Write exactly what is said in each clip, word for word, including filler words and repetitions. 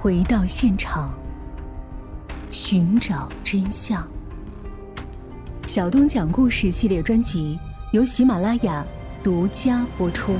回到现场，寻找真相。小东讲故事系列专辑由喜马拉雅独家播出。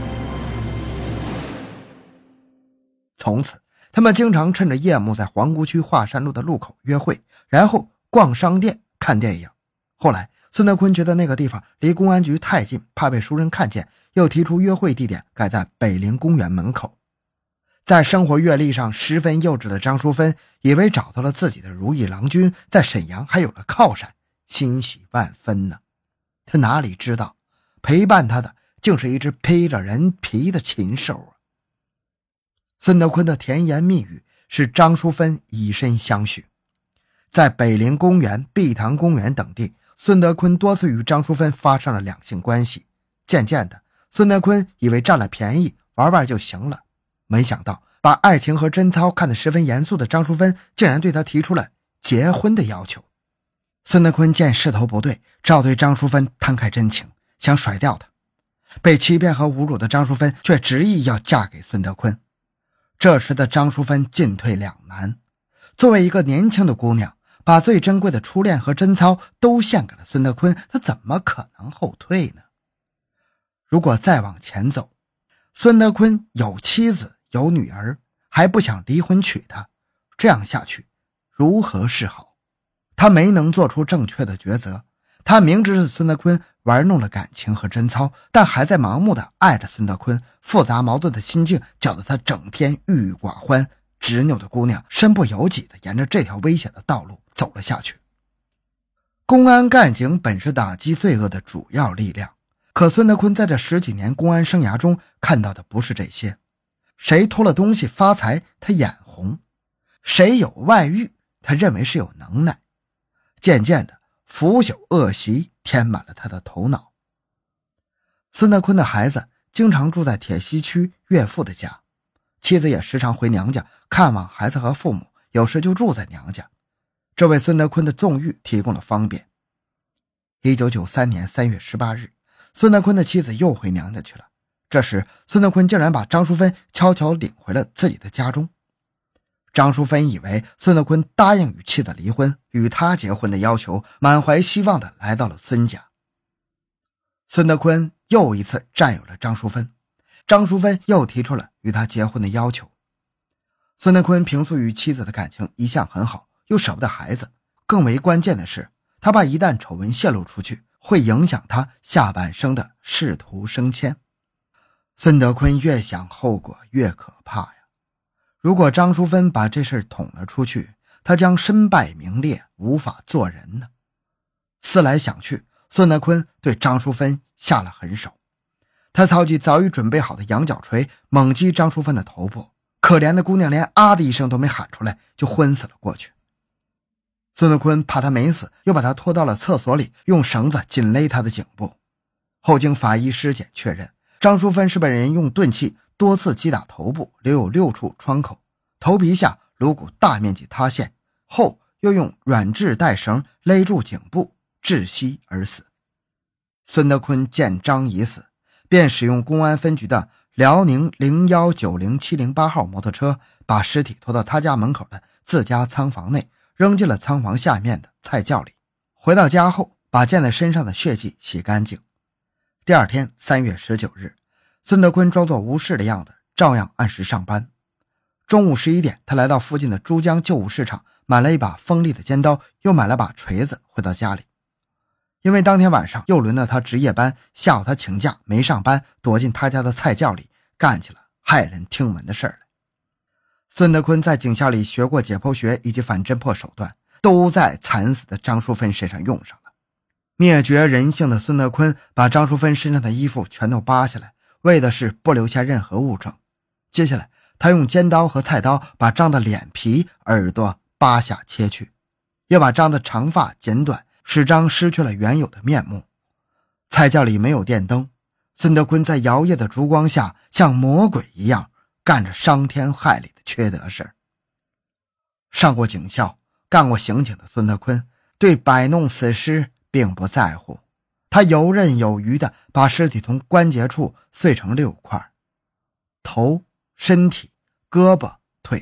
从此他们经常趁着夜幕在皇姑区华山路的路口约会，然后逛商店看电影。后来孙德坤觉得那个地方离公安局太近，怕被熟人看见，又提出约会地点改在北陵公园门口。在生活阅历上十分幼稚的张淑芬以为找到了自己的如意郎君，在沈阳还有了靠山，欣喜万分呢。他哪里知道陪伴他的竟是一只披着人皮的禽兽啊！孙德坤的甜言蜜语使张淑芬以身相许。在北陵公园、碧塘公园等地，孙德坤多次与张淑芬发生了两性关系。渐渐的，孙德坤以为占了便宜玩玩就行了，没想到把爱情和贞操看得十分严肃的张淑芬竟然对他提出了结婚的要求。孙德坤见势头不对，只好对张淑芬摊开真情，想甩掉她。被欺骗和侮辱的张淑芬却执意要嫁给孙德坤。这时的张淑芬进退两难，作为一个年轻的姑娘，把最珍贵的初恋和贞操都献给了孙德坤，她怎么可能后退呢？如果再往前走，孙德坤有妻子有女儿，还不想离婚娶她，这样下去如何是好？他没能做出正确的抉择。他明知是孙德坤玩弄了感情和贞操，但还在盲目的爱着孙德坤，复杂矛盾的心境搅得他整天郁郁寡欢。执拗的姑娘身不由己地沿着这条危险的道路走了下去。公安干警本是打击罪恶的主要力量，可孙德坤在这十几年公安生涯中看到的不是这些。谁偷了东西发财他眼红，谁有外遇他认为是有能耐。渐渐的，腐朽恶习填满了他的头脑。孙德坤的孩子经常住在铁西区岳父的家，妻子也时常回娘家看望孩子和父母，有时就住在娘家，这为孙德坤的纵欲提供了方便。一九九三年三月十八日，孙德坤的妻子又回娘家去了。这时孙德坤竟然把张淑芬悄悄领回了自己的家中。张淑芬以为孙德坤答应与妻子离婚，与他结婚的要求，满怀希望地来到了孙家。孙德坤又一次占有了张淑芬，张淑芬又提出了与他结婚的要求。孙德坤平素与妻子的感情一向很好，又舍不得孩子，更为关键的是，他怕一旦丑闻泄露出去，会影响他下半生的仕途升迁。孙德坤越想后果越可怕呀！如果张淑芬把这事捅了出去，他将身败名裂，无法做人呢。思来想去，孙德坤对张淑芬下了狠手。他操起早已准备好的羊角锤，猛击张淑芬的头部。可怜的姑娘连啊的一声都没喊出来，就昏死了过去。孙德坤怕她没死，又把她拖到了厕所里，用绳子紧勒她的颈部。后经法医尸检确认，张淑芬是被人用钝器多次击打头部，留有六处创口，头皮下颅骨大面积塌陷，后又用软质带绳勒住颈部，窒息而死。孙德坤见张已死，便使用公安分局的辽宁零一九零七零八号摩托车，把尸体拖到他家门口的自家仓房内，扔进了仓房下面的菜窖里。回到家后，把溅在身上的血迹洗干净。第二天三月十九日，孙德坤装作无事的样子，照样按时上班。中午十一点，他来到附近的珠江旧物市场，买了一把锋利的尖刀，又买了把锤子，回到家里。因为当天晚上又轮到他值夜班，下午他请假没上班，躲进他家的菜窖里，干起了骇人听闻的事来。孙德坤在警校里学过解剖学以及反侦破手段，都在惨死的张淑芬身上用上了。灭绝人性的孙德坤把张淑芬身上的衣服全都扒下来，为的是不留下任何物证。接下来他用尖刀和菜刀把张的脸皮、耳朵扒下切去，又把张的长发剪短，使张失去了原有的面目。菜窖里没有电灯，孙德坤在摇曳的烛光下像魔鬼一样干着伤天害理的缺德事。上过警校干过刑警的孙德坤对摆弄死尸并不在乎，他游刃有余地把尸体从关节处碎成六块，头、身体、胳膊、腿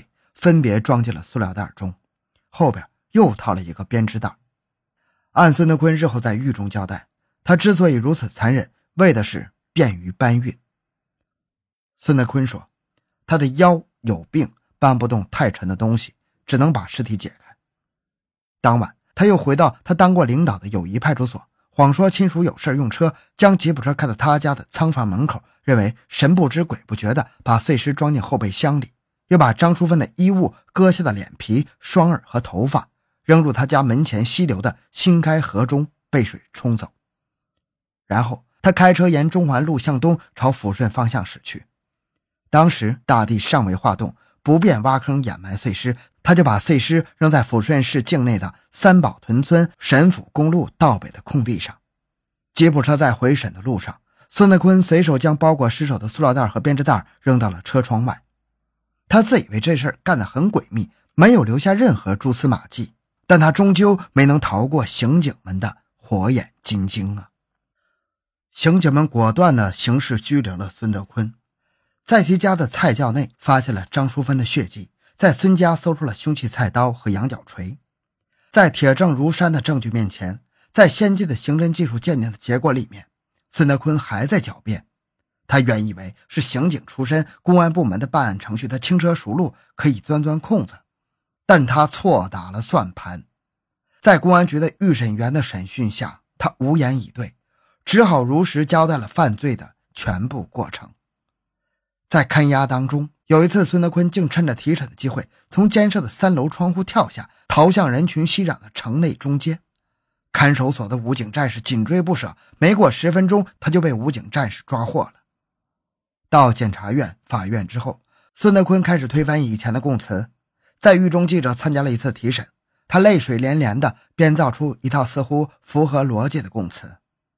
分别装进了塑料袋中，后边又套了一个编织袋。按孙德坤日后在狱中交代，他之所以如此残忍，为的是便于搬运。孙德坤说，他的腰有病，搬不动太沉的东西，只能把尸体解开。当晚他又回到他当过领导的友谊派出所，谎说亲属有事用车，将吉普车开到他家的仓房门口，认为神不知鬼不觉的把碎尸装进后备箱里，又把张淑芬的衣物、割下的脸皮、双耳和头发扔入他家门前溪流的新开河中，被水冲走。然后他开车沿中环路向东朝抚顺方向驶去。当时大地尚未化冻，不便挖坑掩埋碎尸，他就把碎尸扔在抚顺市境内的三宝屯村沈府公路道北的空地上。吉普车在回沈的路上，孙德坤随手将包裹尸首的塑料袋和编织袋扔到了车窗外。他自以为这事儿干得很诡秘，没有留下任何蛛丝马迹，但他终究没能逃过刑警们的火眼金睛啊！刑警们果断地刑事拘留了孙德坤，在其家的菜窖内发现了张淑芬的血迹，在孙家搜出了凶器菜刀和羊角锤。在铁证如山的证据面前，在先进的刑侦技术鉴定的结果里面，孙德坤还在狡辩。他原以为是刑警出身，公安部门的办案程序他轻车熟路，可以钻钻空子，但他错打了算盘。在公安局的预审员的审讯下，他无言以对，只好如实交代了犯罪的全部过程。在看押当中，有一次孙德坤竟趁着提审的机会，从监舍的三楼窗户跳下，逃向人群熙攘的城内中街。看守所的武警战士紧追不舍，没过十分钟，他就被武警战士抓获了。到检察院、法院之后，孙德坤开始推翻以前的供词。在狱中，记者参加了一次提审，他泪水连连地编造出一套似乎符合逻辑的供词。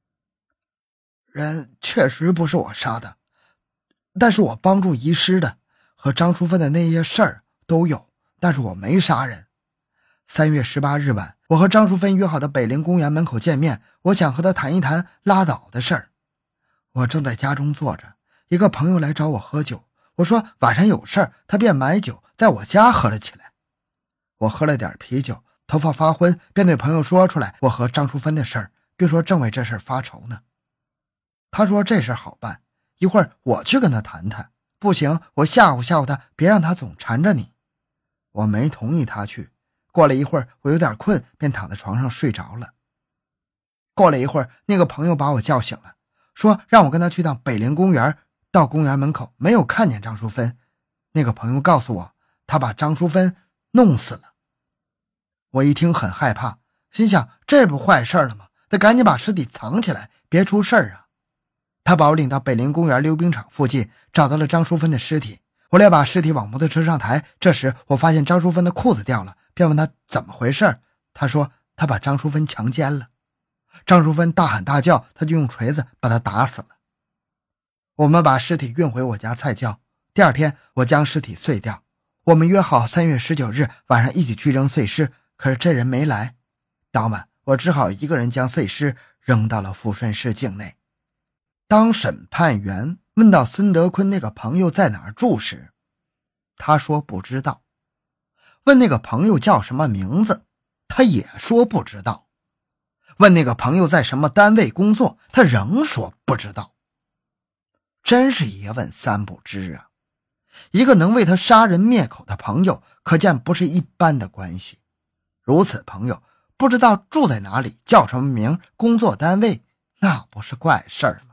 人确实不是我杀的，但是我帮助遗失的和张淑芬的那些事儿都有，但是我没杀人。三月十八日晚，我和张淑芬约好的北陵公园门口见面，我想和她谈一谈拉倒的事儿。我正在家中坐着，一个朋友来找我喝酒，我说晚上有事儿，他便买酒在我家喝了起来。我喝了点啤酒，头发发昏，便对朋友说出来我和张淑芬的事儿，并说正为这事儿发愁呢。他说这事儿好办，一会儿我去跟他谈谈，不行我吓唬吓唬他，别让他总缠着你。我没同意他去，过了一会儿我有点困，便躺在床上睡着了。过了一会儿，那个朋友把我叫醒了，说让我跟他去趟北陵公园。到公园门口没有看见张淑芬，那个朋友告诉我他把张淑芬弄死了。我一听很害怕，心想这不坏事了吗？得赶紧把尸体藏起来，别出事儿啊。他把我领到北陵公园溜冰场附近，找到了张淑芬的尸体。我俩把尸体往摩托车上抬，这时我发现张淑芬的裤子掉了，便问他怎么回事。他说他把张淑芬强奸了。张淑芬大喊大叫，他就用锤子把她打死了。我们把尸体运回我家菜窖，第二天我将尸体碎掉。我们约好三月十九日晚上一起去扔碎尸，可是这人没来。当晚我只好一个人将碎尸扔到了抚顺市境内。当审判员问到孙德坤那个朋友在哪儿住时，他说不知道。问那个朋友叫什么名字，他也说不知道。问那个朋友在什么单位工作，他仍说不知道。真是一问三不知啊！一个能为他杀人灭口的朋友，可见不是一般的关系。如此朋友不知道住在哪里，叫什么名，工作单位，那不是怪事儿吗？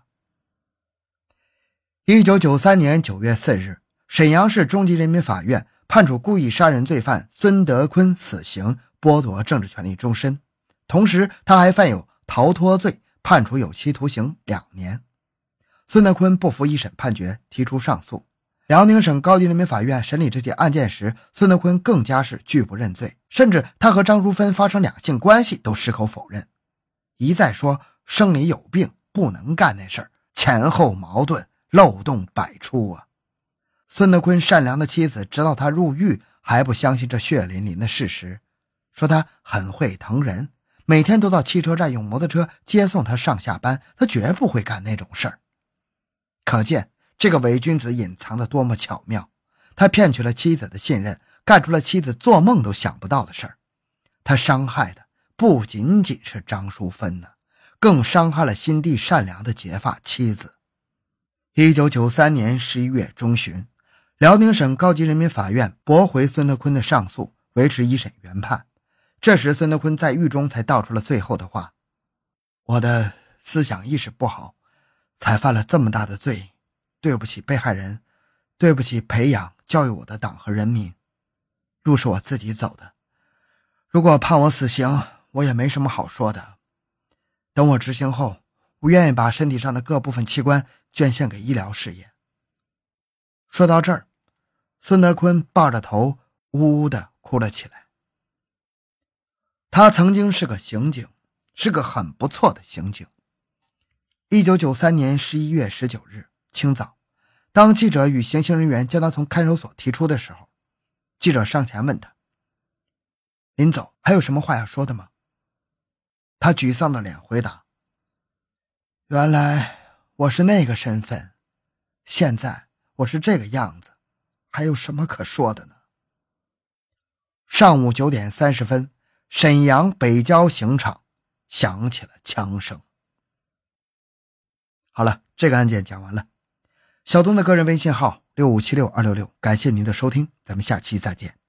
一九九三年九月四日，沈阳市中级人民法院判处故意杀人罪犯孙德坤死刑，剥夺政治权利终身。同时他还犯有逃脱罪，判处有期徒刑两年。孙德坤不服一审判决，提出上诉。辽宁省高级人民法院审理这起案件时，孙德坤更加是拒不认罪，甚至他和张淑芬发生两性关系都矢口否认，一再说生理有病，不能干那事儿，前后矛盾，漏洞百出啊！孙德坤善良的妻子直到他入狱还不相信这血淋淋的事实，说他很会疼人，每天都到汽车站用摩托车接送他上下班，他绝不会干那种事儿。可见这个伪君子隐藏得多么巧妙，他骗取了妻子的信任， 干出了妻子做梦都想不到的事儿。他伤害的不仅仅是张淑芬呢，更伤害了心地善良的结发妻子。一九九三年十一月中旬，辽宁省高级人民法院驳回孙德坤的上诉，维持一审原判。这时孙德坤在狱中才道出了最后的话：我的思想意识不好，才犯了这么大的罪，对不起被害人，对不起培养教育我的党和人民。路是我自己走的，如果判我死刑，我也没什么好说的。等我执行后，我愿意把身体上的各部分器官捐献给医疗事业。说到这儿，孙德坤抱着头呜呜地哭了起来。他曾经是个刑警，是个很不错的刑警。一九九三年十一月十九日清早，当记者与行刑人员将他从看守所提出的时候，记者上前问他：临走还有什么话要说的吗？他沮丧的脸回答：原来我是那个身份，现在我是这个样子，还有什么可说的呢？上午九点三十分，沈阳北郊刑场响起了枪声。好了，这个案件讲完了。小东的个人微信号六五七六二六六，感谢您的收听，咱们下期再见。